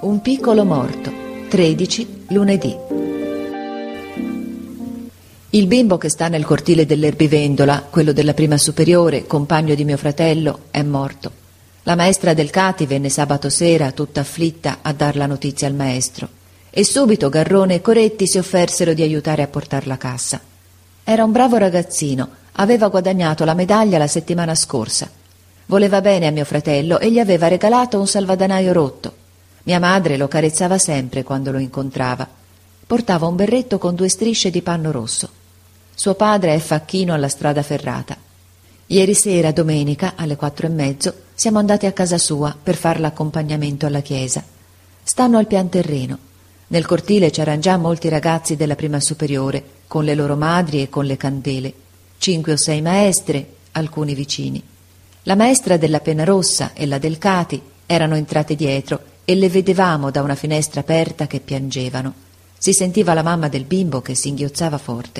Un piccolo morto, 13 lunedì. Il bimbo che sta nel cortile dell'erbivendola, quello della prima superiore, compagno di mio fratello, è morto. La maestra del Cati venne sabato sera, tutta afflitta, a dar la notizia al maestro. E subito Garrone e Coretti si offersero di aiutare a portar la cassa. Era un bravo ragazzino, aveva guadagnato la medaglia la settimana scorsa. Voleva bene a mio fratello e gli aveva regalato un salvadanaio rotto. Mia madre lo carezzava sempre quando lo incontrava. Portava un berretto con 2 strisce di panno rosso. Suo padre è facchino alla strada ferrata. Ieri sera, domenica, alle 4:30, siamo andati a casa sua per far l'accompagnamento alla chiesa. Stanno al pian terreno. Nel cortile c'eran già molti ragazzi della prima superiore, con le loro madri e con le candele. 5 o 6 maestre, alcuni vicini. La maestra della penna rossa e la del Cati erano entrate dietro e le vedevamo da una finestra aperta che piangevano. Si sentiva la mamma del bimbo che singhiozzava forte.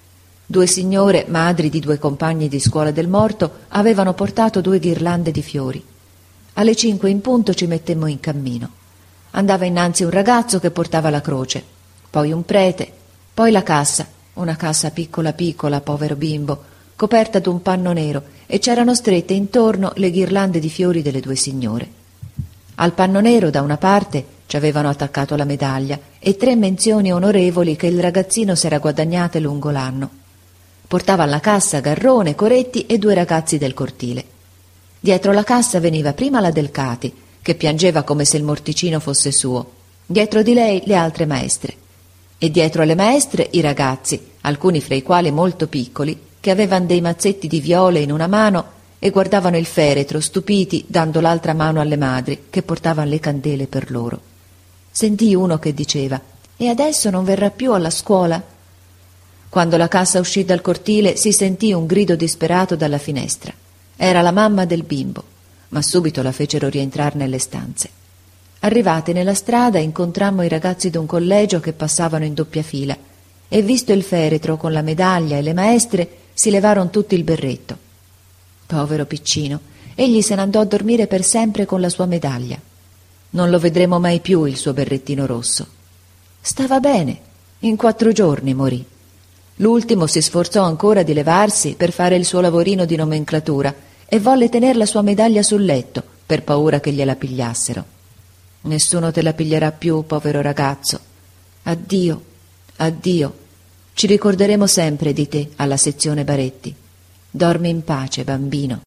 2 signore, madri di 2 compagni di scuola del morto, avevano portato 2 ghirlande di fiori. Alle 5 in punto ci mettemmo in cammino. Andava innanzi un ragazzo che portava la croce, poi un prete, poi la cassa, una cassa piccola piccola, povero bimbo, coperta d'un panno nero, e c'erano strette intorno le ghirlande di fiori delle 2 signore. Al panno nero da una parte ci avevano attaccato la medaglia e 3 menzioni onorevoli che il ragazzino s'era guadagnate lungo l'anno. Portava alla cassa Garrone, Coretti e 2 ragazzi del cortile. Dietro la cassa veniva prima la del Cati, che piangeva come se il morticino fosse suo, dietro di lei le altre maestre, e dietro alle maestre i ragazzi, alcuni fra i quali molto piccoli, che avevano dei mazzetti di viole in una mano e guardavano il feretro, stupiti, dando l'altra mano alle madri, che portavano le candele per loro. Sentii uno che diceva: «E adesso non verrà più alla scuola?» Quando la cassa uscì dal cortile si sentì un grido disperato dalla finestra. Era la mamma del bimbo, ma subito la fecero rientrar nelle stanze. Arrivate nella strada incontrammo i ragazzi d'un collegio che passavano in doppia fila e, visto il feretro con la medaglia e le maestre, si levaron tutti il berretto. Povero piccino, egli se n'andò a dormire per sempre con la sua medaglia. Non lo vedremo mai più il suo berrettino rosso. Stava bene, in 4 giorni morì. L'ultimo si sforzò ancora di levarsi per fare il suo lavorino di nomenclatura e volle tener la sua medaglia sul letto per paura che gliela pigliassero. Nessuno te la piglierà più, povero ragazzo. Addio, addio. Ci ricorderemo sempre di te alla sezione Baretti. Dormi in pace, bambino.